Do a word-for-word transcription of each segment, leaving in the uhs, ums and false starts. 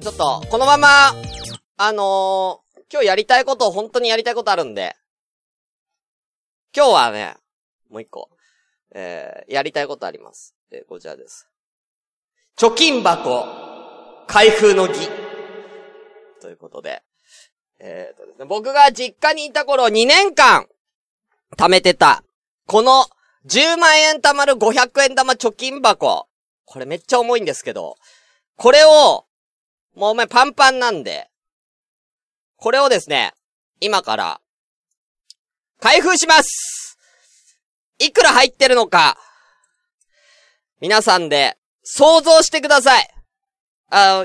ちょっと、このまま、あのー、今日やりたいこと、本当にやりたいことあるんで、今日はね、もう一個、えー、やりたいことあります。えー、こちらです。貯金箱、開封の儀。ということで、えーとですね、僕が実家にいた頃にねんかん、貯めてた、この、じゅうまんえん貯まるごひゃくえん玉貯金箱。これめっちゃ重いんですけど、これを、もうお前パンパンなんで、これをですね、今から、開封します。いくら入ってるのか、皆さんで想像してください。あ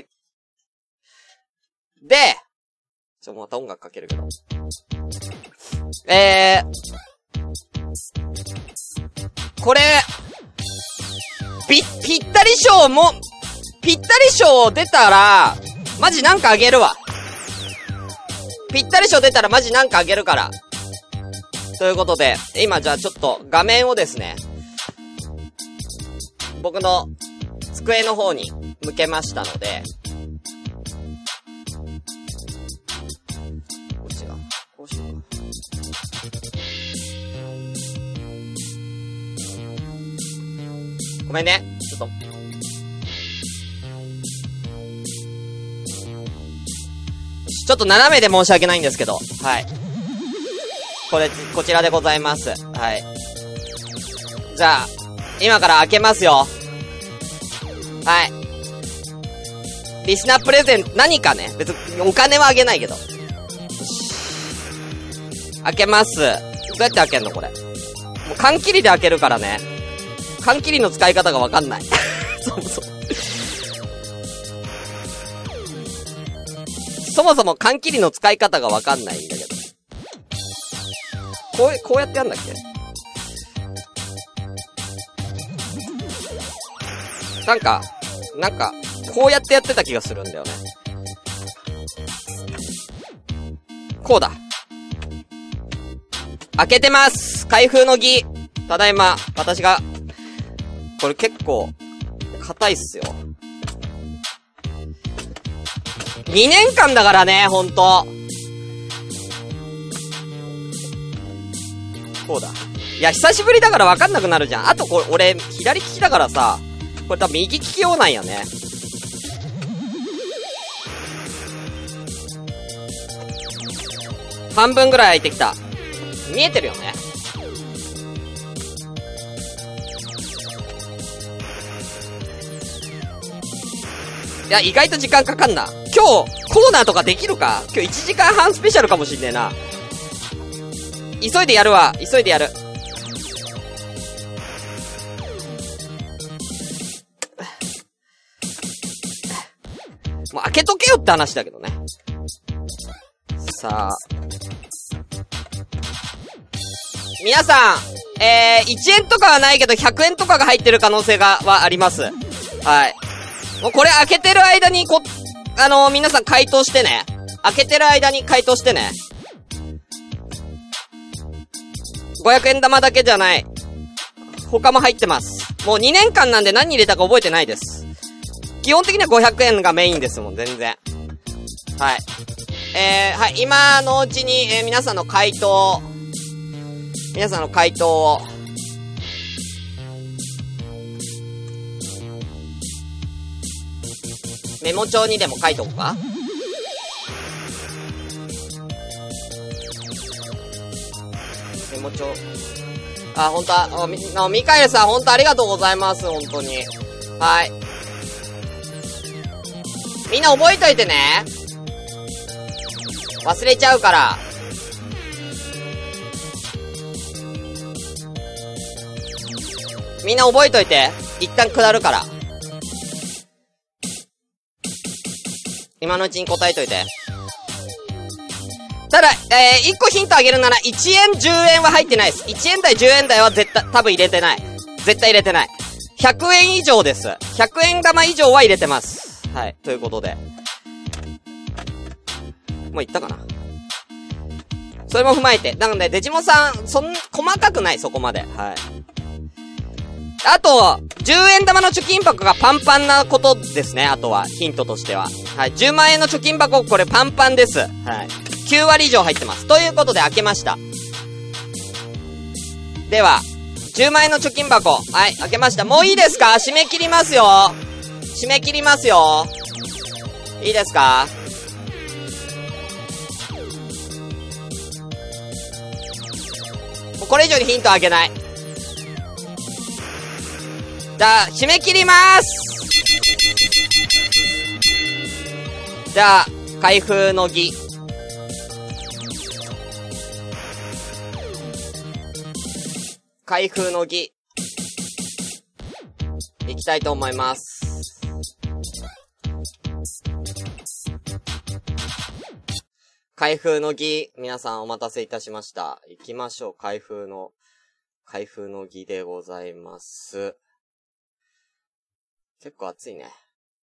の、で、ちょ、また音楽かけるけど。えー、これ、ぴ、ぴったり賞も、ぴったり賞出たら、マジなんかあげるわ。ぴったり賞出たらマジなんかあげるから。ということで、今じゃあちょっと画面をですね、僕の机の方に向けましたので、こっちが、こうしようか。ごめんね、ちょっと。ちょっと斜めで申し訳ないんですけど、はい。これ、こちらでございます。はい。じゃあ、今から開けますよ。はい。リスナープレゼント、何かね、別にお金はあげないけど。開けます。どうやって開けんのこれ。もう缶切りで開けるからね。缶切りの使い方がわかんない。そもそも。そもそも缶切りの使い方がわかんないんだけど。こう、こうやってやんだっけ？なんか、なんか、こうやってやってた気がするんだよね。こうだ。開けてます。開封の儀。ただいま、私が、これ結構、硬いっすよ。にねんかんだからね、ほんと。こうだ。いや、久しぶりだから分かんなくなるじゃん。あとこれ、俺、左利きだからさ、これ多分右利き用なんやね。半分ぐらい開いてきた。見えてるよね。いや、意外と時間かかんな。今日、コーナーとかできるか？今日いちじかんはんスペシャルかもしんねえな。急いでやるわ。急いでやる。もう開けとけよって話だけどね。さあ。皆さん、えー、いちえんとかはないけどひゃくえんとかが入ってる可能性が、はあります。はい。もうこれ開けてる間にこ、あのー、皆さん回答してね。開けてる間に回答してね。ごひゃくえん玉だけじゃない。他も入ってます。もうにねんかんなんで何入れたか覚えてないです。基本的にはごひゃくえんがメインですもん、全然。はい。えー、はい、今のうちに、えー、皆さんの回答、皆さんの回答を、メモ帳にでも書いとこうか。メモ帳。あ、ほんとは、み、ミカエルさんほんとありがとうございます、ほんとに。はい。みんな覚えといてね。忘れちゃうから。みんな覚えといて。一旦下るから。今のうちに答えといて。ただ、えー、一個ヒントあげるなら、いちえん、じゅうえんは入ってないです。いちえん台、じゅうえん台は絶対、多分入れてない。絶対入れてない。ひゃくえん以上です。ひゃくえん玉以上は入れてます。はい。ということで。もう言ったかな。それも踏まえて。なので、デジモさん、そん、細かくない、そこまで。はい。 あと、じゅうえん玉の貯金箱がパンパンなことですね。あとは、ヒントとしては。はい。じゅうまん円の貯金箱、これパンパンです。はい。きゅうわり以上入ってます。ということで開けました。では、じゅうまん円の貯金箱。はい、開けました。もういいですか？締め切りますよ。締め切りますよ。いいですか？もうこれ以上にヒントあげない。じゃあ、締め切りまーす。じゃあ、開封の儀。開封の儀。いきたいと思います。開封の儀、皆さんお待たせいたしました。行きましょう。開封の、開封の儀でございます。結構暑いね。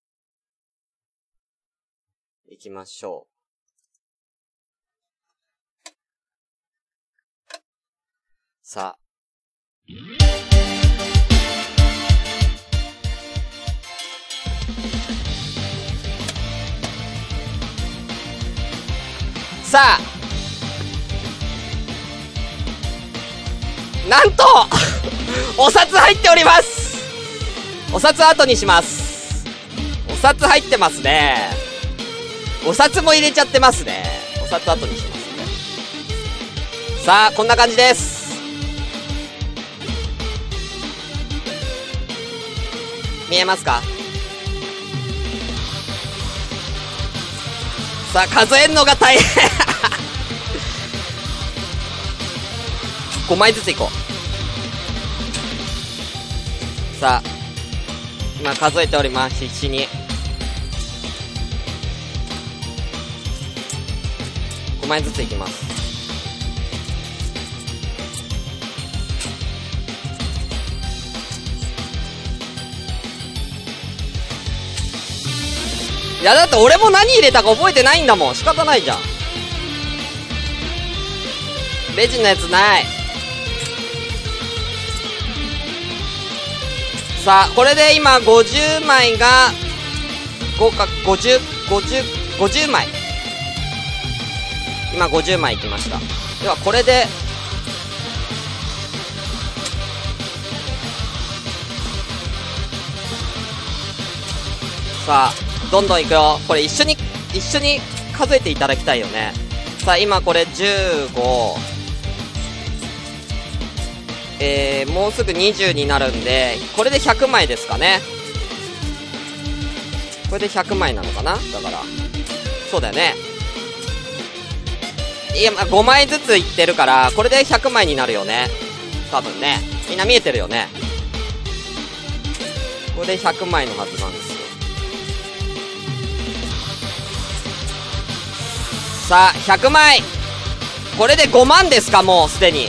行きましょう。さあ。さあ。なんとお札入っております。お札後にします。お札入ってますね。お札も入れちゃってますね。お札後にしますね。さあ、こんな感じです。見えますか？さあ、数えんのが大変ごまいずついこう。さあ、今数えております。必死にごまいずついきます。いやだって俺も何入れたか覚えてないんだもん。仕方ないじゃん。レジのやつない。さあ、これで今ごじゅうまいがごかごじゅう、ごじゅう、ごじゅうまい。今ごじゅうまいいきました。ではこれでさあ、どんどんいくよ。これ一緒に一緒に数えていただきたいよね。さあ、今これじゅうご、えー、もうすぐにじゅうになるんで、これでひゃくまいですかね。これでひゃくまいなのかな。だからそうだよね。いや、まあ、ごまいずついってるからこれでひゃくまいになるよね、多分ね。みんな見えてるよね。これでひゃくまいのはずなんですよ。さあ、ひゃくまい。これでごまんですか。もうすでに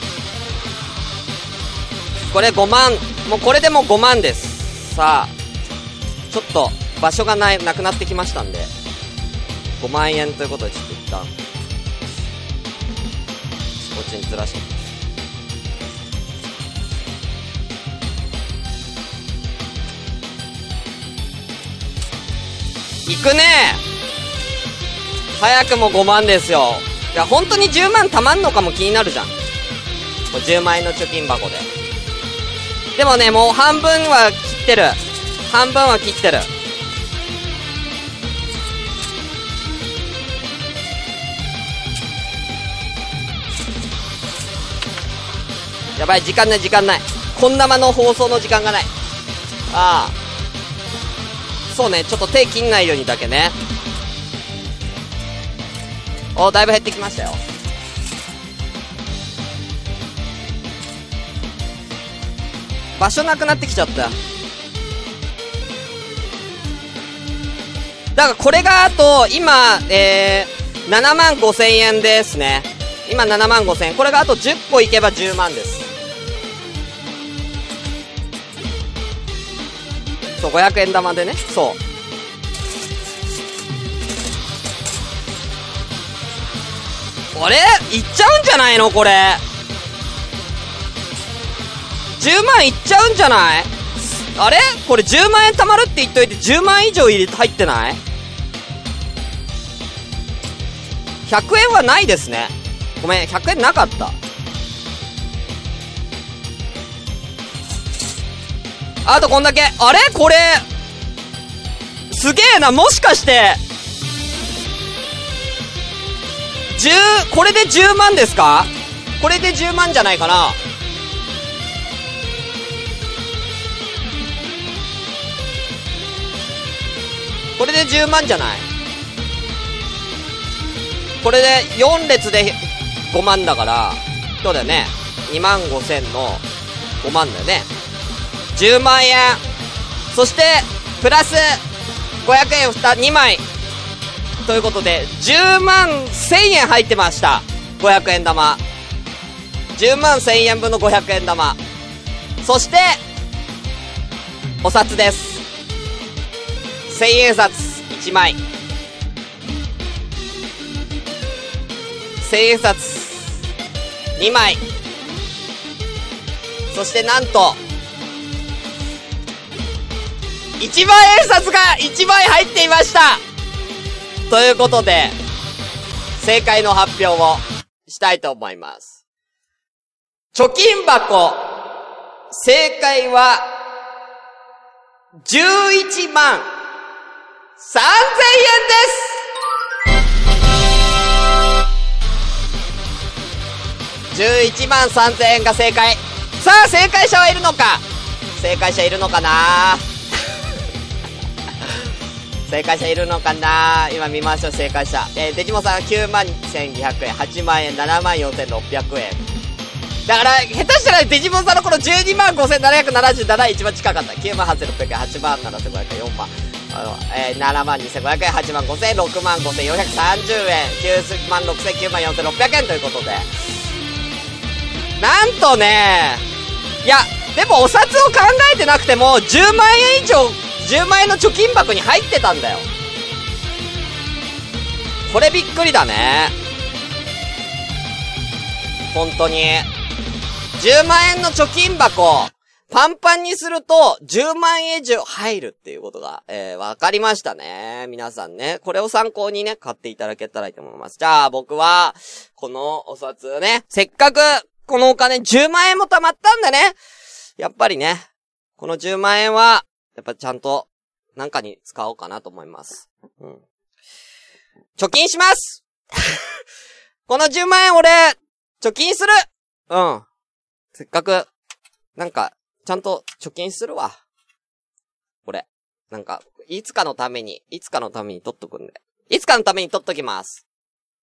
これごまん。もうこれでもうごまんです。さあ、ちょっと場所がない、なくなってきましたんでごまんえんということで、ちょっと一旦こっちにずらしていくね。早くもごまんですよ。いや、本当にじゅうまんたまんのかも気になるじゃん。これじゅうまん円の貯金箱で。でもね、もう半分は切ってる。半分は切ってる。やばい、時間ない時間ない。こん生の放送の時間がない。ああ、そうね、ちょっと手切んないようにだけね。お、だいぶ減ってきましたよ。場所なくなってきちゃった。だからこれがあと今、えー、ななまんごせんえんですね。今ななまんごせんえん。これがあとじゅっこいけばじゅうまんです。そう、ごひゃくえん玉でね。そう、あれいっちゃうんじゃないのこれ。 じゅうまんいっちゃうんじゃない？あれこれじゅうまん円貯まるって言っといてじゅうまん以上入れ、入ってない？ ひゃく 円はないですね。ごめん、ひゃくえんなかった。あとこんだけ。あれこれ、すげえな。もしかして、じゅう、これでじゅうまんですか？これでじゅうまんじゃないかな。これでじゅうまんじゃない？これでよん列でごまんだから、そうだよね。にまんごせんのごまんだよね。じゅうまん円。そして、プラスごひゃくえんにまい。ということで、じゅうまんせんえん入ってました。ごひゃくえん玉。じゅうまんせんえん分のごひゃくえん玉。そして、お札です。せんえん札いちまい。せんえん札にまい。そしてなんと、いちまんえん札がいちまい入っていました。ということで、正解の発表をしたいと思います。貯金箱、正解は、じゅういちまんさんぜんえんです。じゅういちまんさんぜんえんが正解。さあ、正解者はいるのか？正解者いるのかな？正解者いるのかな？今見ましょう、正解者。えー、デジモさんきゅうまんせんにひゃくえん、はちまんえん、ななまんよんせんろっぴゃくえん。だから、下手したらデジモンさんの頃じゅうにまんごせんななひゃくななじゅうななえん一番近かった。きゅうまんはっせんろっぴゃくえん、はちまんななせんごひゃくえん、よんまん。あの、えー、ななまんにせんごひゃくえん、はちまんごせん、ろくまんごせんよんひゃくさんじゅうえん、きゅうまんろくせん、きゅうまんよんせんろっぴゃくえんということで。なんとね、いや、でもお札を考えてなくても、じゅうまんえん以上、じゅうまんえんの貯金箱に入ってたんだよ。これびっくりだね。本当に。じゅうまんえんの貯金箱、パンパンにすると、じゅうまんえん以上入るっていうことが、えー、わかりましたね。皆さんね。これを参考にね、買っていただけたらいいと思います。じゃあ、僕は、このお札ね、せっかく、このお金じゅうまんえんも貯まったんだね。やっぱりね、このじゅうまんえんは、やっぱちゃんと、なんかに使おうかなと思います。うん。貯金しますこのじゅうまんえん俺、貯金する。うん。せっかく、なんか、ちゃんと貯金するわ。これ。なんか、いつかのために、いつかのために取っとくんで。いつかのために取っときます。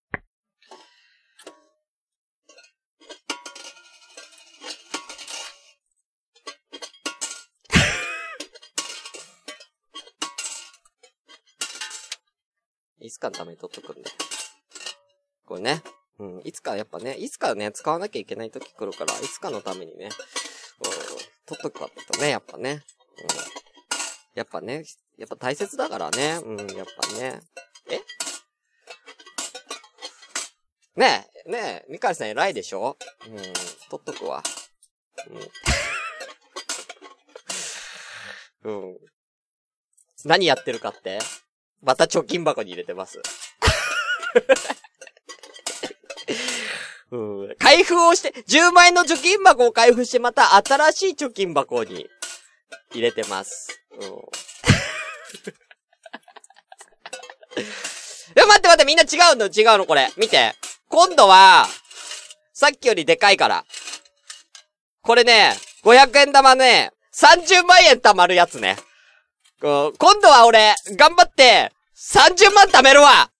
いつかのために取っとくんで。これね。うん。いつかやっぱね、いつかね、使わなきゃいけない時来るから、いつかのためにね、うん、取っとくかとね、やっぱね。うん。やっぱね、やっぱ大切だからね。うん、やっぱね。えねえ、ねえ、みかりさん偉いでしょ？うん、取っとくわ。うん。うん。何やってるかって？また貯金箱に入れてます。うん、開封をして、じゅうまんえんの貯金箱を開封して、また新しい貯金箱に入れてます。うん。え、待って待って、みんな違うの違うのこれ。見て。今度は、さっきよりでかいから。これね、ごひゃくえん玉ね、さんじゅうまんえん貯まるやつね。今度は俺、頑張って、さんじゅうまん貯めるわ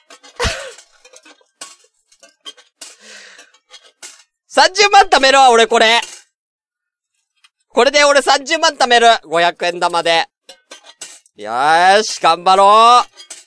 さんじゅうまん貯めるわ、俺これ。これで俺さんじゅうまん貯める。ごひゃくえん玉で。よーし、頑張ろ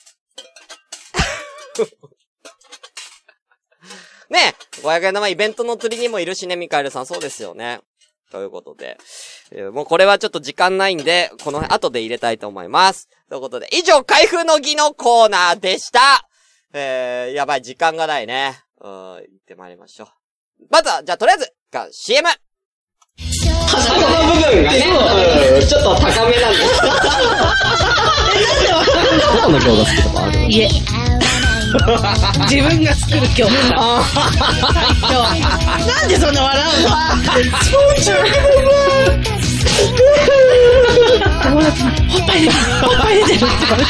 う。ねえ、ごひゃくえん玉イベントの釣りにもいるしね、ミカエルさん。そうですよね。ということで、えー、もうこれはちょっと時間ないんで、この後で入れたいと思います。ということで、以上、開封の儀のコーナーでした。えー、やばい、時間がないね。うん、行ってまいりましょう。まずは、じゃあ、とりあえず、シーエム。 端っこの部分がね、うん、ちょっと高めなんです。 どこの餃子好きとかある？ いえ。自分が作る餃子。なんでそんな笑うの？友達にほっぱい出てる、ほっぱい出てるって言われて、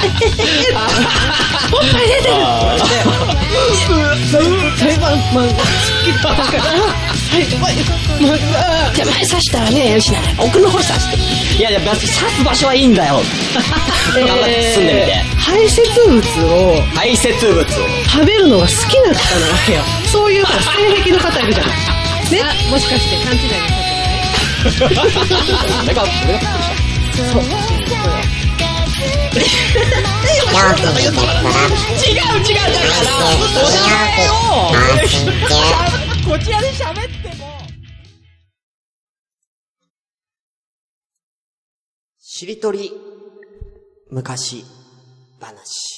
ほっぱい出てるって言われて、それは漫画好きだから、はい、漫画手前刺したらね、よしない、奥の方刺して。 いやいや、別に刺す場所はいいんだよ。頑張って進んでみて。 排泄物を排泄物を食べるのが好きな方なわけよ。そういう性癖の方いるじゃない。ね、もしかして勘違いな方じゃない？ 俺が、俺がびっくりした。そう。 違う違うだからこちらで喋ってもしりとり昔話。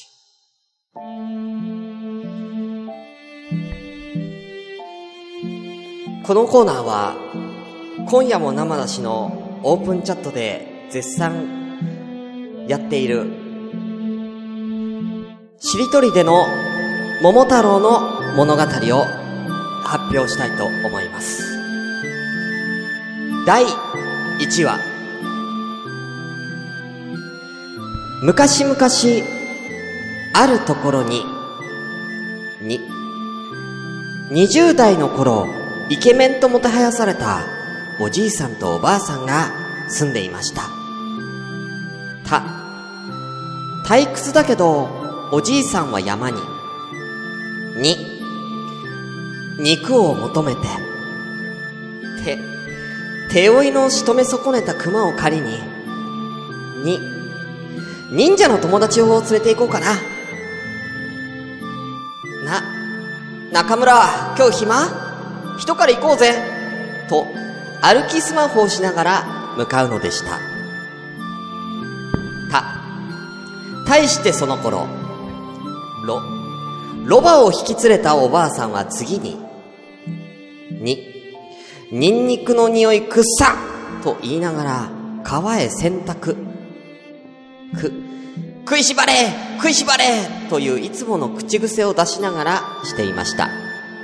このコーナーは今夜も生出しのオープンチャットで絶賛やっているしりとりでの桃太郎の物語を発表したいと思います。だいいちわ。昔々あるところにににじゅう代の頃イケメンともてはやされたおじいさんとおばあさんが住んでいました。た退屈だけどおじいさんは山にに肉を求めてて手負いの仕留め損ねた熊を狩りにに忍者の友達を連れて行こうかな。な中村今日暇？人から行こうぜと歩きスマホをしながら向かうのでした。た対してその頃ロロバを引き連れたおばあさんは次ににニンニクの匂いくっさと言いながら川へ洗濯く食いしばれ食いしばれといういつもの口癖を出しながらしていました。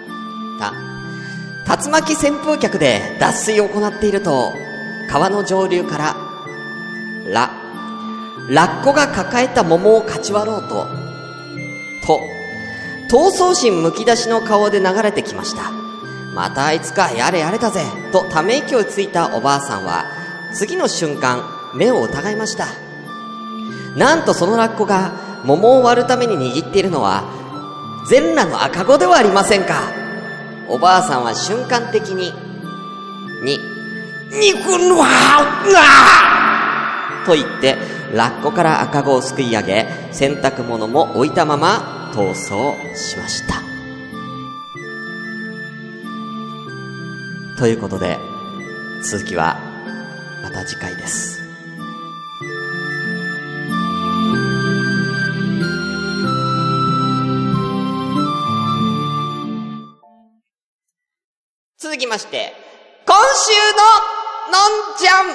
た竜巻旋風脚で脱水を行っていると川の上流からララッコが抱えた桃をかち割ろうとと闘争心むき出しの顔で流れてきました。またあいつか、やれやれだぜとため息をついたおばあさんは次の瞬間目を疑いました。なんとそのラッコが桃を割るために握っているのは全裸の赤子ではありませんか。おばあさんは瞬間的にに肉のはと言ってラッコから赤子をすくい上げ洗濯物も置いたまま逃走しました。ということで続きはまた次回です。続きまして今週ののんちゃん。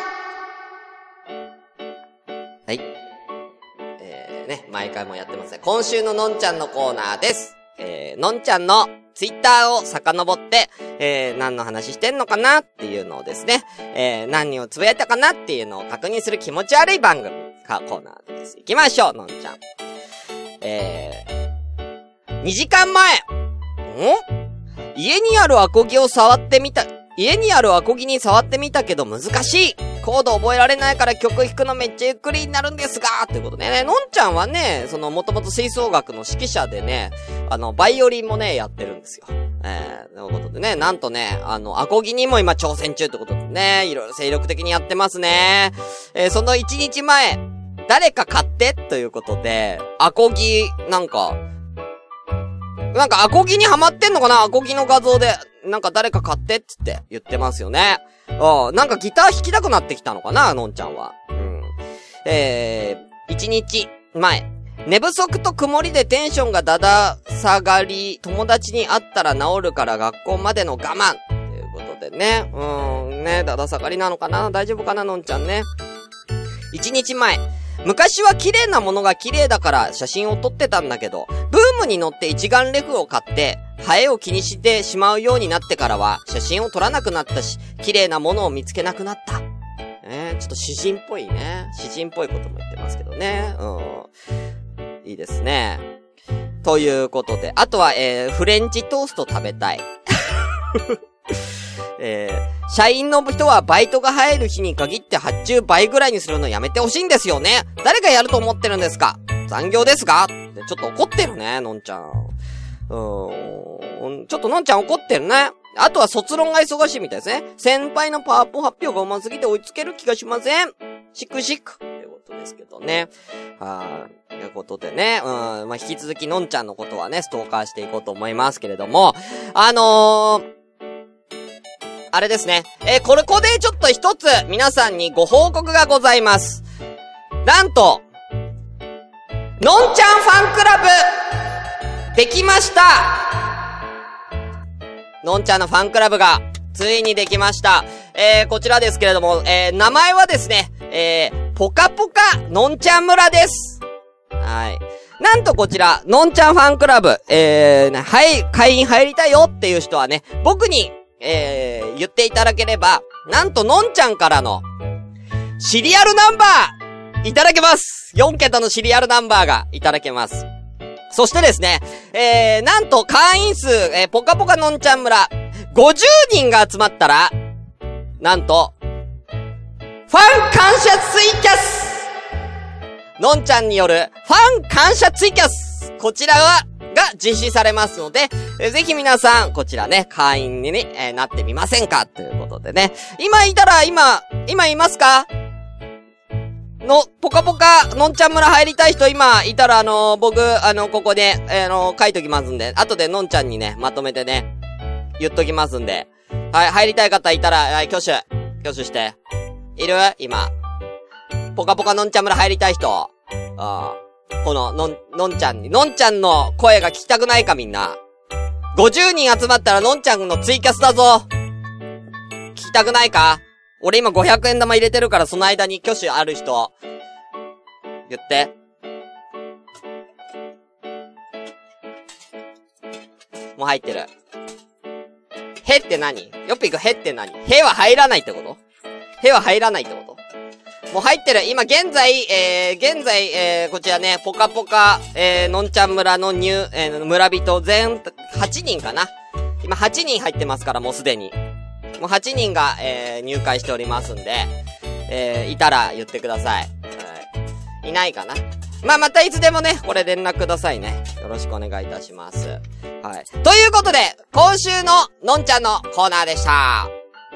はい。えー、ね、毎回もやってますね。今週ののんちゃんのコーナーです。えー、のんちゃんのツイッターを遡って、えー、何の話してんのかなっていうのをですね、えー、何をつぶやいたかなっていうのを確認する気持ち悪い番組かコーナーです。行きましょう、のんちゃん。えー、にじかんまえ、ん家にあるアコギを触ってみた、家にあるアコギに触ってみたけど難しい。コード覚えられないから曲弾くのめっちゃゆっくりになるんですが、ということでね、のんちゃんはね、そのもともと吹奏楽の指揮者でね、あの、バイオリンもね、やってるんですよ。えー、ということでね、なんとね、あの、アコギにも今挑戦中ってことでね、いろいろ精力的にやってますね。えー、そのいちにちまえ、誰か買ってということで、アコギ、なんか、なんかアコギにハマってんのかな？アコギの画像で、なんか誰か買ってっつって言ってますよね。ああ、なんかギター弾きたくなってきたのかな、のんちゃんは。うん。えー、一日前。寝不足と曇りでテンションがだだ下がり、友達に会ったら治るから学校までの我慢。ということでね。うーん、ね、だだ下がりなのかな？大丈夫かな、のんちゃんね。一日前。昔は綺麗なものが綺麗だから写真を撮ってたんだけど、ブームに乗って一眼レフを買って、映えを気にしてしまうようになってからは、写真を撮らなくなったし、綺麗なものを見つけなくなった。ね、ちょっと詩人っぽいね。詩人っぽいことも言ってますけどね。うん。いいですね。ということで、あとは、えー、フレンチトースト食べたい。えー、社員の人はバイトが入る日に限って発注倍ぐらいにするのやめてほしいんですよね。誰がやると思ってるんですか？残業ですか？ってちょっと怒ってるね、のんちゃん。うーん、ちょっとのんちゃん怒ってるね。あとは卒論が忙しいみたいですね。先輩のパワポ発表がうますぎて追いつける気がしません。シクシク。ということですけどね。はい。ということでね。うん。まあ、引き続きのんちゃんのことはね、ストーカーしていこうと思いますけれども。あのー、あれですね。えー、これ、ここでちょっと一つ皆さんにご報告がございます。なんと、のんちゃんファンクラブ、できました。のんちゃんのファンクラブが、ついにできました。えー、こちらですけれども、えー、名前はですね、えー、ぽかぽかのんちゃん村です。はい。なんとこちら、のんちゃんファンクラブ、えー、はい、会員入りたいよっていう人はね、僕に、えー、言っていただければ、なんとのんちゃんからの、シリアルナンバーいただけます。よんけたのシリアルナンバーがいただけます。そしてですね、えー、なんと会員数、えー、ぽかぽかのんちゃん村、ごじゅうにんが集まったら、なんと、ファン感謝ツイキャスのんちゃんによるファン感謝ツイキャスこちらは、が実施されますので、えー、ぜひ皆さん、こちらね、会員に、ねえー、なってみませんかということでね。今いたら、今、今いますかの、ぽかぽか、のんちゃん村入りたい人今いたら、あのー、僕、あの、ここで、えー、あのー、書いときますんで、後でのんちゃんにね、まとめてね、言っときますんで。はい、入りたい方いたら、はい、挙手、挙手して。いる？今。ぽかぽかのんちゃん村入りたい人。ああ。この、のん、のんちゃんに、のんちゃんの声が聞きたくないかみんな。ごじゅうにん集まったらのんちゃんのツイキャスだぞ。聞きたくないか？俺今ごひゃくえん玉入れてるからその間に挙手ある人。言って。もう入ってる。へって何？よっぴーくんへって何？へは入らないってこと？へは入らないってこと？もう入ってる。今現在、えー、現在、えー、こちらね、ぽかぽか、えー、のんちゃん村の入、えー、村人全、はちにんかな。今はちにん入ってますから、もうすでに。もうはちにんが、えー、入会しておりますんで、えー、いたら言ってください。はい。いないかな。まあ、またいつでもね、これ連絡くださいね。よろしくお願いいたします。はい。ということで、今週ののんちゃんのコーナーでした。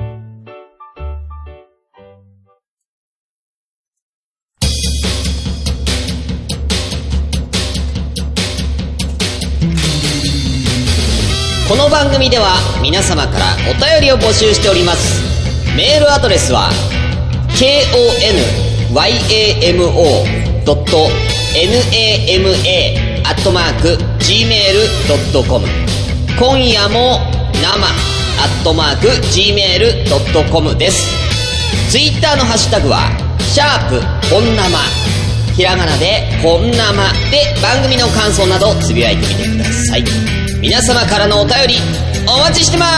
この番組では皆様からお便りを募集しております。メールアドレスは ケーオーエヌワイエーエムオードットエヌエーエムエー アットマーク ジーメールドットコム 今夜も生アットマーク ジーメールドットコム です。ツイッターのハッシュタグはシャープ本生、ひらがなで本生で番組の感想などつぶやいてみてください。皆様からのお便りお待ちしてます。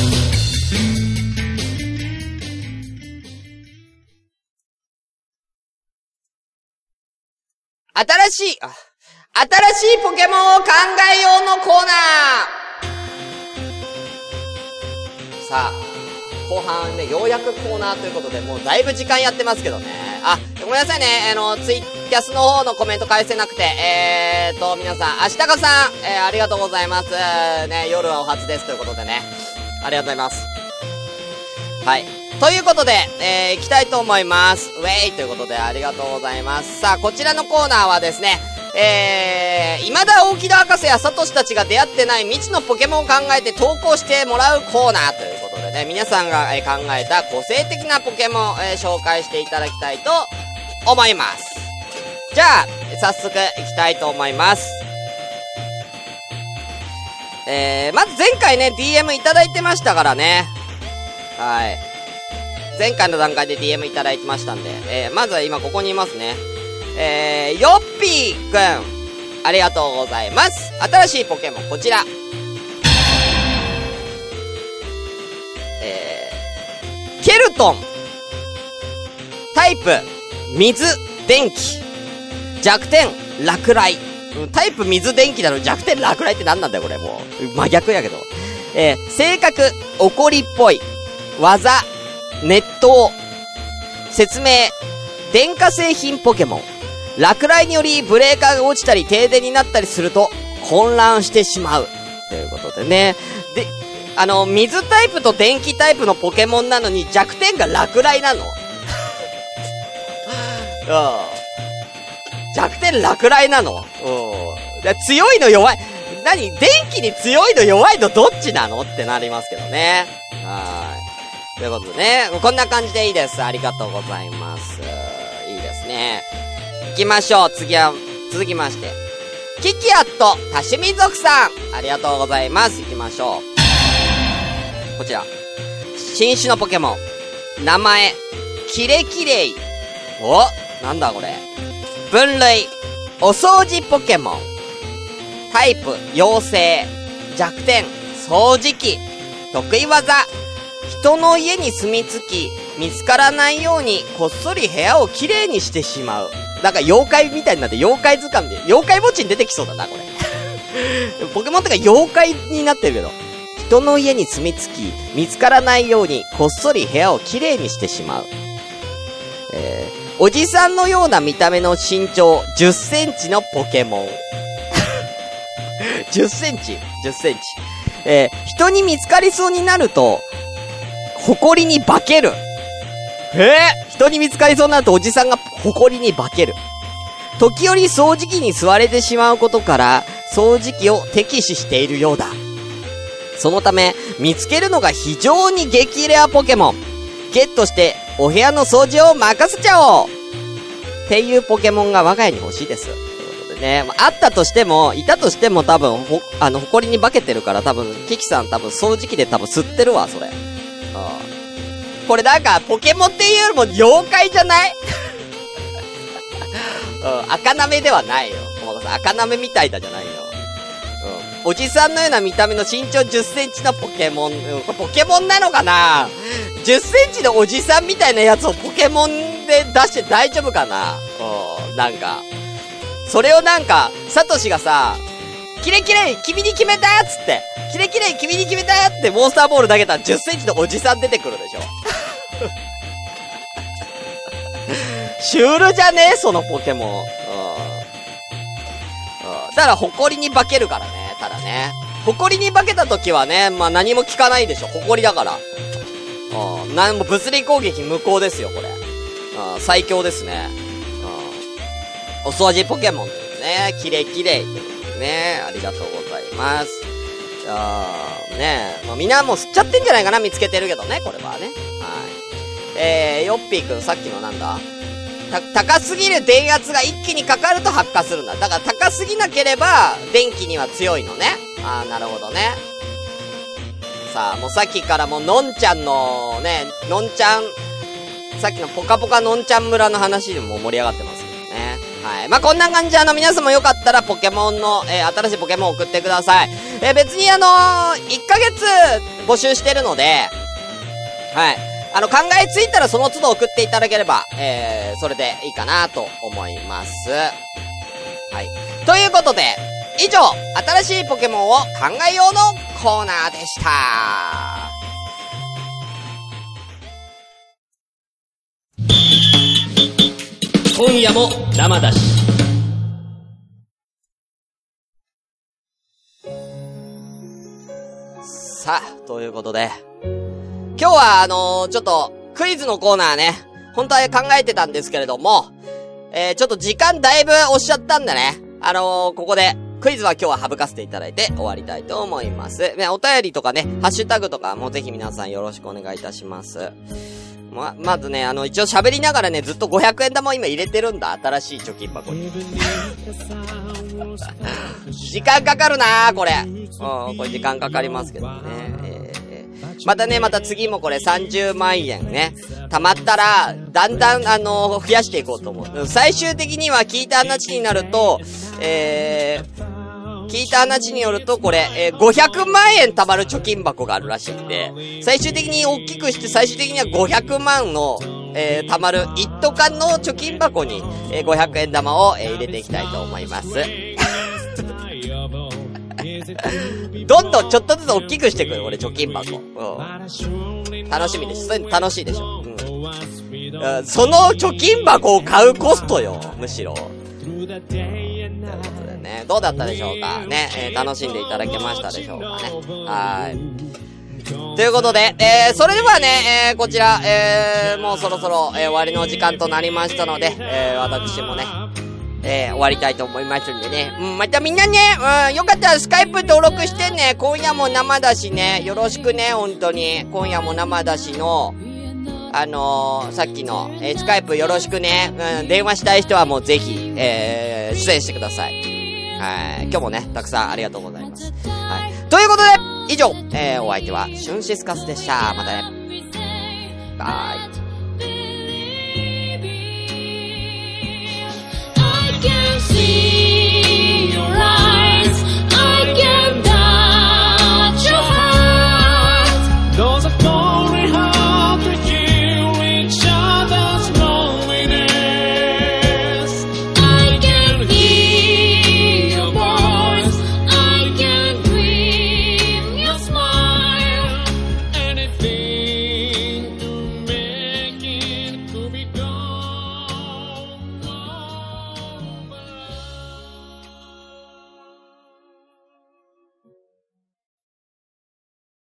新しい、あ、新しいポケモンを考えようのコーナー。さあ、後半ね、ようやくコーナーということで、もうだいぶ時間やってますけどね。あ、ごめんなさいね、あの、ツイキャスの方のコメント返せなくて、えーと、皆さん、あしたかさん、えー、ありがとうございます。ね、夜はお初ですということでね。ありがとうございます。はい。ということで、えー、行きたいと思います。ウェイということで、ありがとうございます。さあ、こちらのコーナーはですね、えー、未だ大木戸博士やサトシたちが出会ってない未知のポケモンを考えて投稿してもらうコーナーということでね、皆さんが、えー、考えた個性的なポケモンを、えー、紹介していただきたいと思います。じゃあ、早速行きたいと思います。 えー、まず前回ね、ディーエム いただいてましたからね。はい。前回の段階で ディーエム いただいてましたんで、えー、まずは今ここにいますね。えー、ヨッピーくん、ありがとうございます。新しいポケモン、こちら。えー、ケルトン。タイプ、水、電気。弱点、落雷。タイプ、水、電気だろ。弱点、落雷って何なんだよ、これ。もう、真逆やけど。えー、性格、怒りっぽい。技、熱湯。説明、電化製品ポケモン。落雷によりブレーカーが落ちたり停電になったりすると混乱してしまう。ということでね。で、あの、水タイプと電気タイプのポケモンなのに弱点が落雷なの。うん。弱点落雷なの。うん。で強いの弱い。何？電気に強いの弱いのどっちなのってなりますけどね。はい。ということでね。こんな感じでいいです。ありがとうございます。いいですね。行きましょう。次は、続きまして。キキアット多趣味族さん。ありがとうございます。行きましょう。こちら。新種のポケモン。名前。キレキレイ。お、なんだこれ。分類。お掃除ポケモン。タイプ。妖精。弱点。掃除機。得意技。人の家に住み着き、見つからないようにこっそり部屋をきれいにしてしまう。なんか妖怪みたいになって妖怪図鑑で、妖怪墓地に出てきそうだな、これ。ポケモンってか妖怪になってるけど。人の家に住み着き、見つからないようにこっそり部屋をきれいにしてしまう。えー、おじさんのような見た目の身長じゅっセンチのポケモン。じゅっセンチ ?じゅっセンチ。えー、人に見つかりそうになると、埃に化ける。えー、人に見つかりそうになるとおじさんが埃に化ける。時折掃除機に吸われてしまうことから、掃除機を敵視しているようだ。そのため、見つけるのが非常に激レアポケモン。ゲットして、お部屋の掃除を任せちゃおうっていうポケモンが我が家に欲しいです。ということでね、あったとしても、いたとしても多分、ほ、あの、埃に化けてるから多分、キキさん多分掃除機で多分吸ってるわ、それ。これなんか、ポケモンっていうよりも妖怪じゃないうん、赤なめではないよ。おまかさん、赤なめみたいだじゃないよ。うん。おじさんのような見た目の身長じゅっセンチのポケモン、うん、これポケモンなのかな ?じゅっセンチのおじさんみたいなやつをポケモンで出して大丈夫かなうん、なんか。それをなんか、サトシがさ、キレキレ君に決めたっつって、キレキレ君に決めたってモンスターボール投げたらじゅっセンチのおじさん出てくるでしょシュールじゃねえそのポケモン。うん。うん。だから埃に化けるからね。ただね。埃に化けた時はね、まあ何も効かないでしょ。埃だから。うん。なんも物理攻撃無効ですよ、これ。うん。最強ですね。うん。お掃除ポケモンですね。キレキレイということでね。ありがとうございます。じゃあ、ね。まあみんなもう吸っちゃってんじゃないかな。見つけてるけどね、これはね。はい。えー、ヨッピーくん、さっきのなんだた、高すぎる電圧が一気にかかると発火するんだ。だから高すぎなければ、電気には強いのね。あー、なるほどね。さあ、もうさっきからもうのんちゃんのね、のんちゃん、さっきのポカポカのんちゃん村の話でも盛り上がってますけどね。はい。まあ、こんな感じであの皆さんもよかったらポケモンの、えー、新しいポケモンを送ってください。えー、別にあのー、いっかげつ募集してるので、はい。あの、考えついたらその都度送っていただければ、えー、それでいいかなと思います。はい。ということで、以上、新しいポケモンを考えようのコーナーでした。 今夜も生だし。 さあ、ということで、今日はあのー、ちょっとクイズのコーナーね、本当は考えてたんですけれども、えー、ちょっと時間だいぶ押しちゃったんでね、あのー、ここでクイズは今日は省かせていただいて終わりたいと思います。ね、お便りとかね、ハッシュタグとかもぜひ皆さんよろしくお願いいたします。ま、まずね、あの、一応喋りながらね、ずっとごひゃくえん玉を今入れてるんだ、新しい貯金箱に。 時間かかるなー、これ。うん、これ時間かかりますけどね。えー、またね、また次もこれさんじゅうまんえんね。貯まったら、だんだん、あのー、増やしていこうと思う。最終的には聞いた話になると、えー、聞いた話によると、これ、えー、ごひゃくまんえん貯まる貯金箱があるらしくて、最終的に大きくして、最終的にはごひゃくまんの、えー、貯まる一斗缶の貯金箱に、えー、ごひゃくえん玉を、えー、入れていきたいと思います。どんどんちょっとずつ大きくしていくよ、俺、貯金箱。うん。楽しみです。それ楽しいでしょ。うん。その貯金箱を買うコストよ、むしろ。ということでね、どうだったでしょうかね、えー、楽しんでいただけましたでしょうかね。はーい。ということで、えー、それではね、えー、こちら、えー、もうそろそろ、えー、終わりの時間となりましたので、えー、私もね、えー、終わりたいと思いますんでね。うん、またみんなね、うん、よかったらスカイプ登録してね、今夜も生だしね、よろしくね、本当に。今夜も生だしの、あのー、さっきの、えー、スカイプよろしくね、うん、電話したい人はもうぜひ、えー、出演してください。はい。今日もね、たくさんありがとうございます。はい。ということで、以上、えー、お相手は、シュンシスカスでした。またね。バイ。